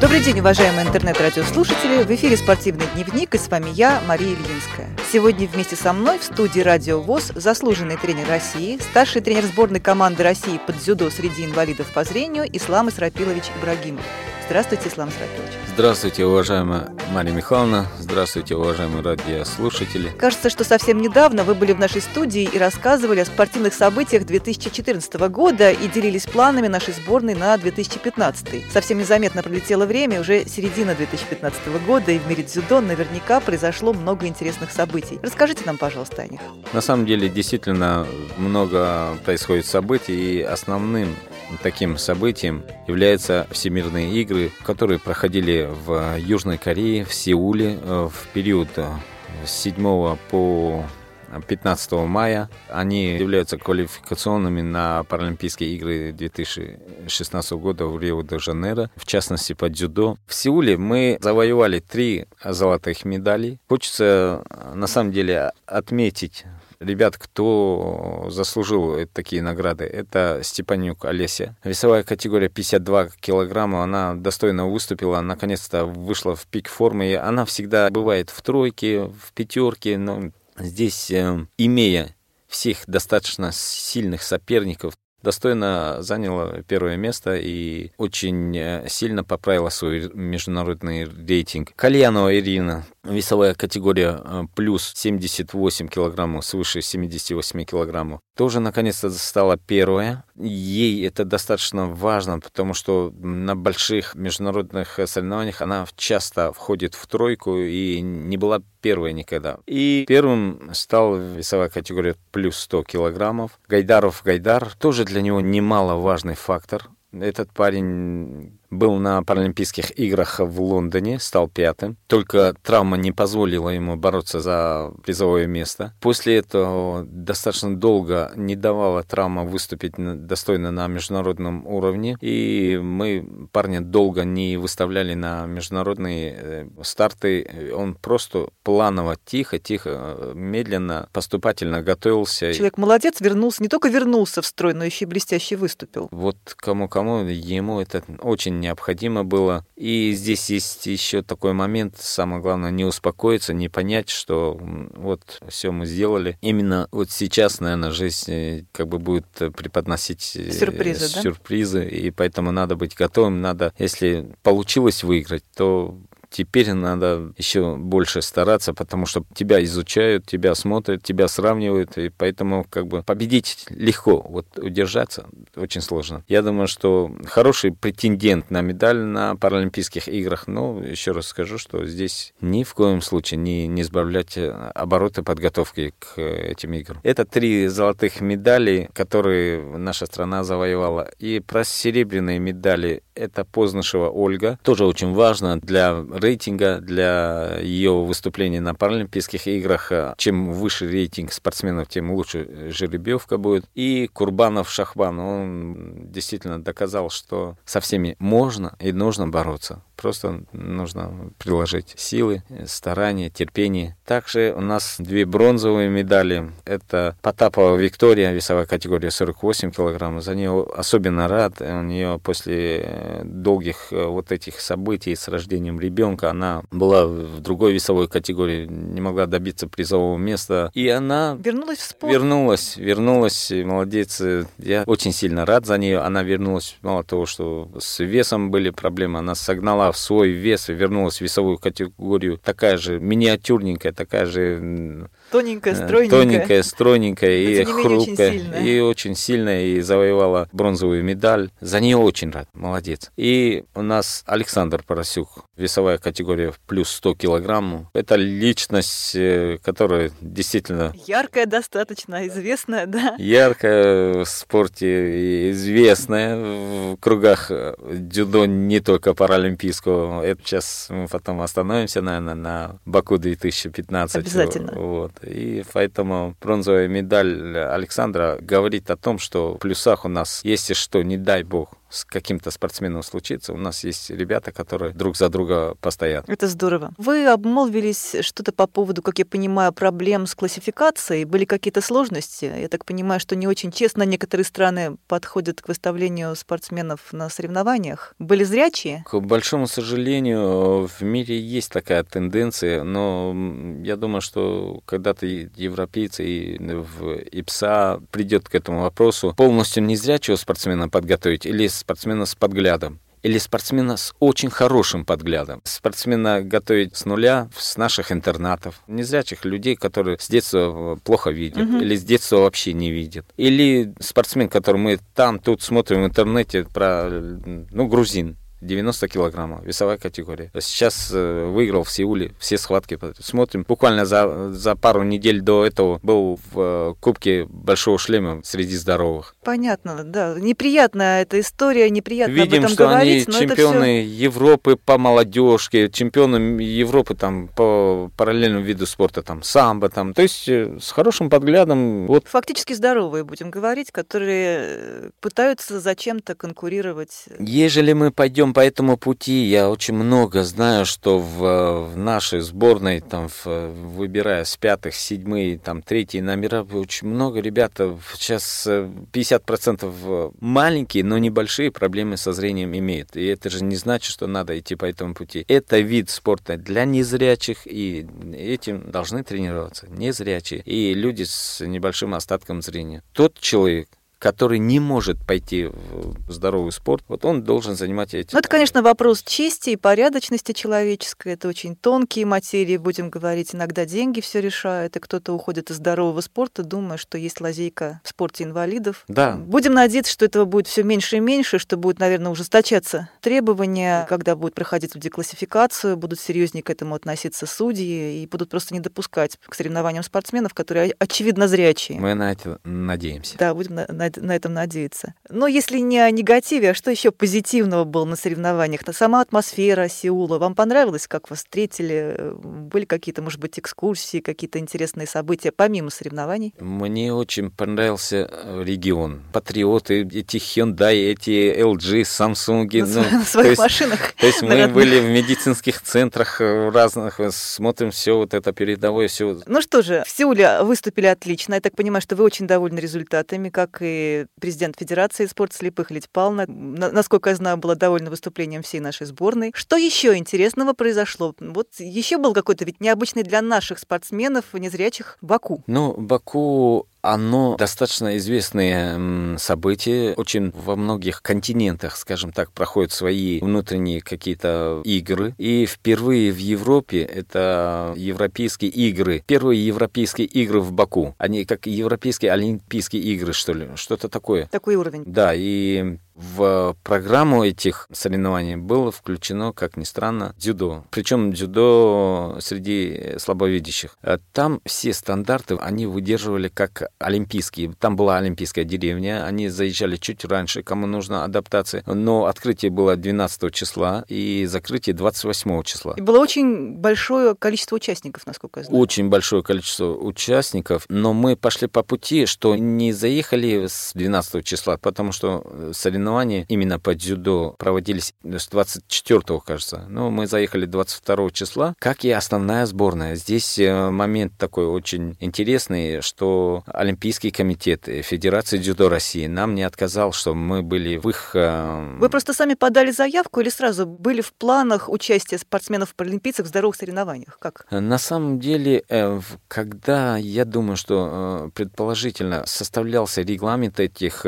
Добрый день, уважаемые интернет-радиослушатели. В эфире «Спортивный дневник», и с вами я, Мария Ильинская. Сегодня вместе со мной в студии «Радио ВОС» заслуженный тренер России, старший тренер сборной команды России по дзюдо среди инвалидов по зрению Ислам Исрапилович Ибрагимов. Здравствуйте, Ислам Исрапилович. Здравствуйте, уважаемая Мария Михайловна. Здравствуйте, уважаемые радиослушатели. Кажется, что совсем недавно вы были в нашей студии и рассказывали о спортивных событиях 2014 года и делились планами нашей сборной на 2015. Совсем незаметно пролетело время, уже середина 2015 года, и в мире дзюдо наверняка произошло много интересных событий. Расскажите нам, пожалуйста, о них. На самом деле, действительно много происходит событий, и основным таким событием являются Всемирные игры, которые проходили в Южной Корее, в Сеуле в период с 7 по 15 мая. Они являются квалификационными на Паралимпийские игры 2016 года в Рио-де-Жанейро, в частности по дзюдо. В Сеуле мы завоевали 3 золотых медали. Хочется на самом деле отметить ребят, кто заслужил такие награды. Это Степанюк Олеся. Весовая категория 52 килограмма. Она достойно выступила, наконец-то вышла в пик формы. Она всегда бывает в тройке, в пятерке, но здесь, имея всех достаточно сильных соперников, достойно заняла первое место и очень сильно поправила свой международный рейтинг. Кальянова Ирина, весовая категория плюс 78 килограммов, свыше 78 килограммов, тоже наконец-то стала первая. Ей это достаточно важно, потому что на больших международных соревнованиях она часто входит в тройку и не была первой никогда. И первым стал весовая категория плюс 100 килограммов. Гайдаров Гайдар, тоже для него немаловажный фактор. Этот парень был на Паралимпийских играх в Лондоне, стал 5-м. Только травма не позволила ему бороться за призовое место. После этого достаточно долго не давала травма выступить достойно на международном уровне. И мы парня долго не выставляли на международные старты. Он просто планово, тихо, медленно, поступательно готовился. Человек молодец, вернулся, не только вернулся в строй, но еще и блестяще выступил. Вот кому-кому, ему это очень необходимо было. И здесь есть еще такой момент, самое главное, не успокоиться, не понять, что вот все мы сделали. Именно вот сейчас, наверное, жизнь как бы будет преподносить сюрпризы, и поэтому надо быть готовым, если получилось выиграть, то теперь надо еще больше стараться, потому что тебя изучают, тебя смотрят, тебя сравнивают, и поэтому как бы победить легко, вот удержаться очень сложно. Я думаю, что хороший претендент на медаль на Паралимпийских играх, но еще раз скажу, что здесь ни в коем случае не сбавлять обороты подготовки к этим играм. Это 3 золотых медали, которые наша страна завоевала. И про серебряные медали это Познышева Ольга, тоже очень важно для рейтинга, для ее выступления на Паралимпийских играх. Чем выше рейтинг спортсменов, тем лучше жеребьевка будет. И Курбанов Шахбан, он действительно доказал, что со всеми можно и нужно бороться. Просто нужно приложить силы, старания, терпение. Также у нас 2 бронзовые медали. Это Потапова Виктория, весовая категория 48 килограммов. За нее особенно рад. У нее после долгих вот этих событий с рождением ребенка, она была в другой весовой категории, не могла добиться призового места. И она вернулась в спорт. Вернулась, молодец. Я очень сильно рад за нее. Она вернулась, мало того, что с весом были проблемы, она согнала в свой вес и вернулась в весовую категорию, такая же миниатюрненькая, такая же тоненькая, стройненькая и хрупкая, и очень сильная, и завоевала бронзовую медаль. За нее очень рад, молодец. И у нас Александр Поросюк, весовая категория плюс 100 килограммов. Это личность, которая действительно... Яркая достаточно, известная, да? Яркая в спорте, известная в кругах дзюдо, не только паралимпийского. Это сейчас мы потом остановимся, наверное, на Баку 2015. Обязательно. Вот. И поэтому бронзовая медаль Александра говорит о том, что в плюсах у нас, если что, не дай бог, с каким-то спортсменом случится, у нас есть ребята, которые друг за друга постоят. Это здорово. Вы обмолвились что-то по поводу, как я понимаю, проблем с классификацией. Были какие-то сложности? Я так понимаю, что не очень честно некоторые страны подходят к выставлению спортсменов на соревнованиях. Были зрячие? К большому сожалению, в мире есть такая тенденция, но я думаю, что когда-то европейцы и в ИПСА придет к этому вопросу, полностью незрячего спортсмена подготовить или спортсмена с подглядом. Или спортсмена с очень хорошим подглядом. Спортсмена готовить с нуля, с наших интернатов. Незрячих людей, которые с детства плохо видят. Или с детства вообще не видят. Или спортсмен, который мы тут смотрим в интернете про, грузин. 90 килограммов, весовая категория. Сейчас выиграл в Сеуле все схватки. Смотрим, буквально за пару недель до этого был в Кубке Большого шлема среди здоровых. Понятно, да. Неприятная эта история, неприятно видим, об этом что говорить, они чемпионы Европы по молодежке, чемпионы Европы там по параллельному виду спорта, там самбо, там. То есть с хорошим подглядом. Вот. Фактически здоровые, будем говорить, которые пытаются зачем-то конкурировать. Ежели мы пойдем по этому пути, я очень много знаю, что в нашей сборной, там, выбирая с 5-х, 7-е, там, 3-е номера, очень много ребят, сейчас 50% маленькие, но небольшие проблемы со зрением имеют. И это же не значит, что надо идти по этому пути. Это вид спорта для незрячих, и этим должны тренироваться незрячие и люди с небольшим остатком зрения. Тот человек, который не может пойти в здоровый спорт, вот он должен занимать этим. Ну, это, конечно, вопрос чести и порядочности человеческой. Это очень тонкие материи, будем говорить. Иногда деньги все решают, и кто-то уходит из здорового спорта, думая, что есть лазейка в спорте инвалидов. Да. Будем надеяться, что этого будет все меньше и меньше, что будет, наверное, ужесточаться требования, когда будет проходить деклассификацию, будут серьезнее к этому относиться судьи и будут просто не допускать к соревнованиям спортсменов, которые, очевидно, зрячие. Мы на это надеемся. Да, будем на этом надеяться. Но если не о негативе, а что еще позитивного было на соревнованиях? Сама атмосфера Сеула. Вам понравилось, как вас встретили? Были какие-то, может быть, экскурсии, какие-то интересные события, помимо соревнований? Мне очень понравился регион. Патриоты, эти Hyundai, эти LG, Samsung. На своих машинах. То есть мы были в медицинских центрах разных, смотрим все вот это передовое, все. Ну что же, в Сеуле выступили отлично. Я так понимаю, что вы очень довольны результатами, как и президент Федерации спорта слепых Лидия Павловна, насколько я знаю, была довольна выступлением всей нашей сборной. Что еще интересного произошло? Вот еще был какой-то ведь необычный для наших спортсменов незрячих Баку. Баку, оно достаточно известное событие. Очень во многих континентах, скажем так, проходят свои внутренние какие-то игры. И впервые в Европе это европейские игры. Первые европейские игры в Баку. Они как европейские олимпийские игры, что ли. Что-то такое. Такой уровень. Да, и в программу этих соревнований было включено, как ни странно, дзюдо. Причем дзюдо среди слабовидящих. Там все стандарты они выдерживали как олимпийские. Там была олимпийская деревня. Они заезжали чуть раньше, кому нужна адаптация. Но открытие было 12 числа и закрытие 28 числа. И было очень большое количество участников, насколько я знаю. Очень большое количество участников. Но мы пошли по пути, что не заехали с 12 числа, потому что соревнования именно по дзюдо проводились с 24-го, кажется. Но мы заехали 22 числа, как и основная сборная. Здесь момент такой очень интересный, что Олимпийский комитет Федерации дзюдо России нам не отказал, что мы были в их... Вы просто сами подали заявку или сразу были в планах участия спортсменов-паралимпийцев в здоровых соревнованиях? Как? На самом деле, когда, я думаю, что предположительно составлялся регламент этих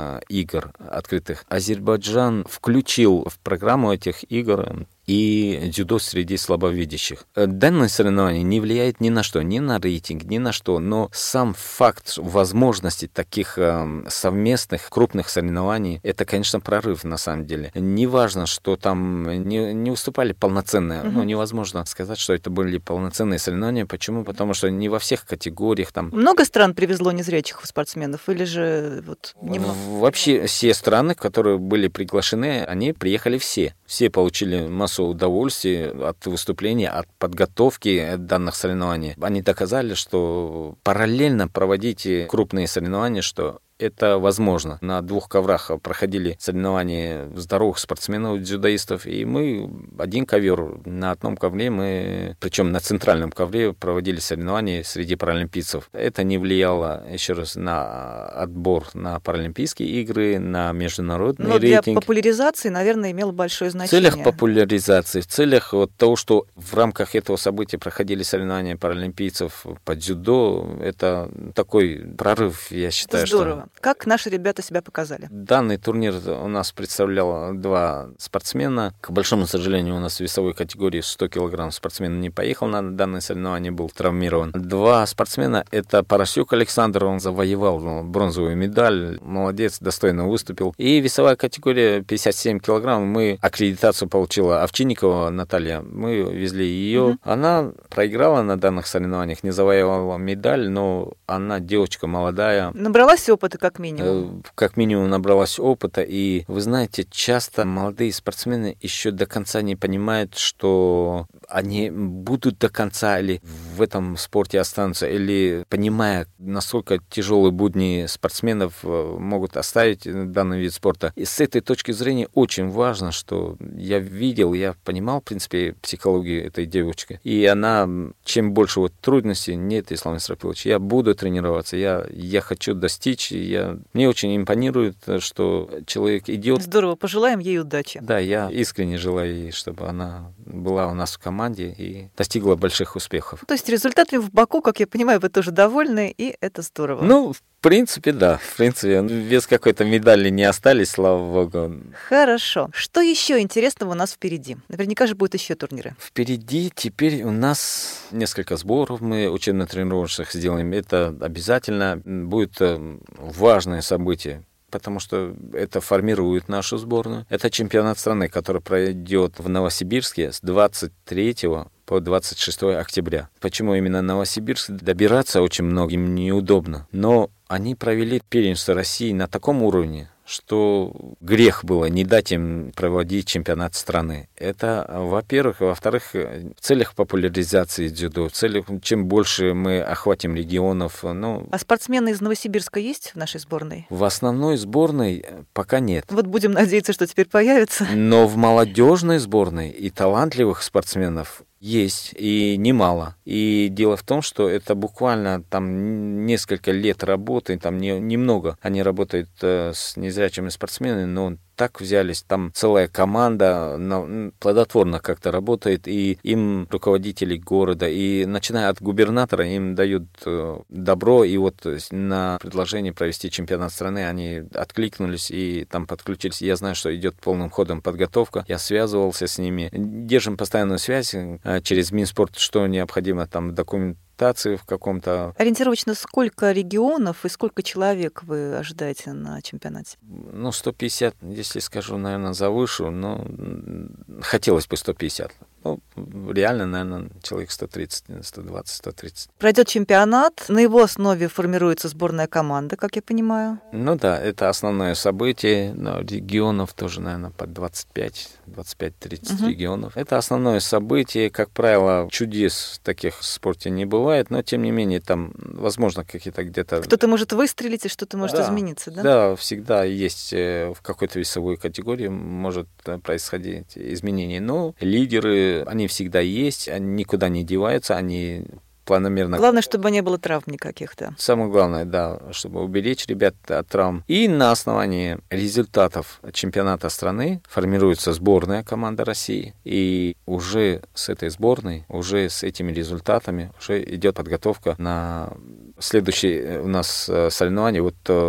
игр открытых, Азербайджан включил в программу этих игр и дзюдо среди слабовидящих. Данное соревнование не влияет ни на что, ни на рейтинг, ни на что, но сам факт возможности таких совместных крупных соревнований, это, конечно, прорыв на самом деле. Неважно, что там не выступали полноценные, невозможно сказать, что это были полноценные соревнования. Почему? Потому что не во всех категориях там... Много стран привезло незрячих спортсменов или же Вообще все страны, которые были приглашены, они приехали все. Все получили массу удовольствия от выступления, от подготовки данных соревнований. Они доказали, что параллельно проводить крупные соревнования, что это возможно. На 2 коврах проходили соревнования здоровых спортсменов, дзюдоистов, и мы один ковер, на одном ковре причем на центральном ковре проводили соревнования среди паралимпийцев. Это не влияло, еще раз, на отбор на Паралимпийские игры, на международный рейтинг. Но для популяризации, наверное, имело большое В значение. целях популяризации, в целях того, что в рамках этого события проходили соревнования паралимпийцев по дзюдо, это такой прорыв, я считаю. Это здорово. Как наши ребята себя показали? Данный турнир у нас представлял 2 спортсмена. К большому сожалению, у нас в весовой категории 100 килограмм спортсмен не поехал на данное соревнование, был травмирован. 2 спортсмена, это Поросюк Александр, он завоевал бронзовую медаль, молодец, достойно выступил. И весовая категория 57 килограмм, мы аккредитацию получила Овчинникова Наталья, мы везли ее. Она проиграла на данных соревнованиях, не завоевала медаль, но она девочка молодая. Набралась опыта как минимум? Как минимум набралась опыта, и вы знаете, часто молодые спортсмены еще до конца не понимают, что они будут до конца или в этом спорте останутся, или понимая, насколько тяжелые будни спортсменов могут оставить данный вид спорта. И с этой точки зрения очень важно, что я видел, я понимал, в принципе, психологию этой девочки. И она, чем больше трудностей, нет, Ислам Исрапилович, я буду тренироваться, я хочу достичь, мне очень импонирует, что человек идет. Здорово, пожелаем ей удачи. Да, я искренне желаю ей, чтобы она была у нас в команде и достигла больших успехов. То есть результатами в Баку, как я понимаю, вы тоже довольны, и это здорово. В принципе, да. В принципе, без какой-то медали не остались, слава богу. Хорошо. Что еще интересного у нас впереди? Наверняка же будут еще турниры. Впереди теперь у нас несколько сборов мы учебно-тренировочных сделаем. Это обязательно будет важное событие, потому что это формирует нашу сборную. Это чемпионат страны, который пройдет в Новосибирске с 23 по 26 октября. Почему именно Новосибирск? Добираться очень многим неудобно. Но они провели первенство России на таком уровне, что грех было не дать им проводить чемпионат страны. Это, во-первых. Во-вторых, в целях популяризации дзюдо, в целях, чем больше мы охватим регионов. А спортсмены из Новосибирска есть в нашей сборной? В основной сборной пока нет. Вот будем надеяться, что теперь появится. Но в молодежной сборной и талантливых спортсменов есть, и немало. И дело в том, что это буквально там несколько лет работы, там немного. Они работают с незрячими спортсменами, но так взялись, там целая команда плодотворно как-то работает, и им руководители города, и начиная от губернатора, им дают добро, и на предложение провести чемпионат страны они откликнулись и там подключились. Я знаю, что идет полным ходом подготовка, я связывался с ними, держим постоянную связь через Минспорт, что необходимо, там документации в каком-то. Ориентировочно сколько регионов и сколько человек вы ожидаете на чемпионате? 150, если скажу, наверное, завышу, но хотелось бы 150. Реально, наверное, человек 130, 120, 130. Пройдет чемпионат, на его основе формируется сборная команда, как я понимаю. Да, это основное событие, но регионов тоже, наверное, под 25-30 регионов. Это основное событие, как правило, чудес таких в спорте не бывает, но тем не менее там, возможно, какие-то где-то. Кто-то может выстрелить и что-то может измениться, да? Да, всегда есть в какой-то весовой категории может происходить изменения, но лидеры, они всегда есть, они никуда не деваются, они планомерно. Главное, чтобы не было травм никаких, да. Самое главное, да, чтобы уберечь ребят от травм. И на основании результатов чемпионата страны формируется сборная команда России. И уже с этой сборной, уже с этими результатами уже идет подготовка на следующее у нас соревнование.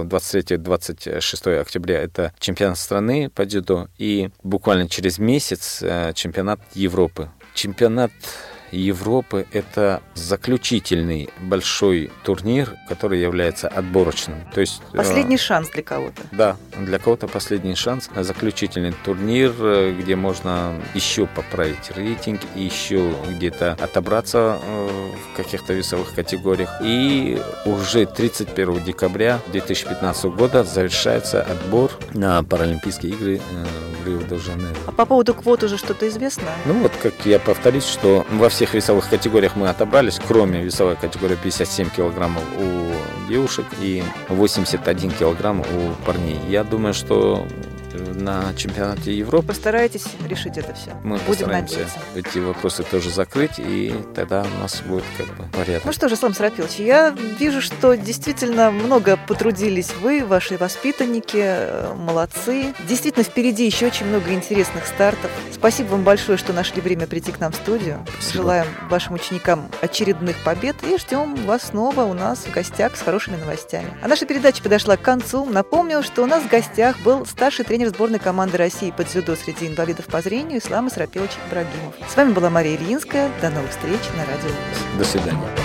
23-26 октября это чемпионат страны по дзюдо. И буквально через месяц чемпионат Европы. Чемпионат Европы – это заключительный большой турнир, который является отборочным. То есть, последний шанс для кого-то. Да, для кого-то последний шанс. Заключительный турнир, где можно еще поправить рейтинг, еще где-то отобраться в каких-то весовых категориях. И уже 31 декабря 2015 года завершается отбор на Паралимпийские игры в Рио-де-Жанейро. А по поводу квот уже что-то известно? Как я повторюсь, что во всех весовых категориях мы отобрались, кроме весовой категории 57 килограммов у девушек и 81 килограмм у парней. Я думаю, что на чемпионате Европы Постарайтесь решить это все. мы Будем постараемся надеяться. эти вопросы тоже закрыть, и тогда у нас будет порядок. Ну что же, Слава Сарапилович, я вижу, что действительно много потрудились вы, ваши воспитанники, молодцы. Действительно, впереди еще очень много интересных стартов. Спасибо вам большое, что нашли время прийти к нам в студию. Спасибо. Желаем вашим ученикам очередных побед и ждем вас снова у нас в гостях с хорошими новостями. А наша передача подошла к концу. Напомню, что у нас в гостях был старший тренер сборной команды России по дзюдо среди инвалидов по зрению Ислам Исрапилович Ибрагимов. С вами была Мария Ильинская. До новых встреч на Радио ВОС. До свидания.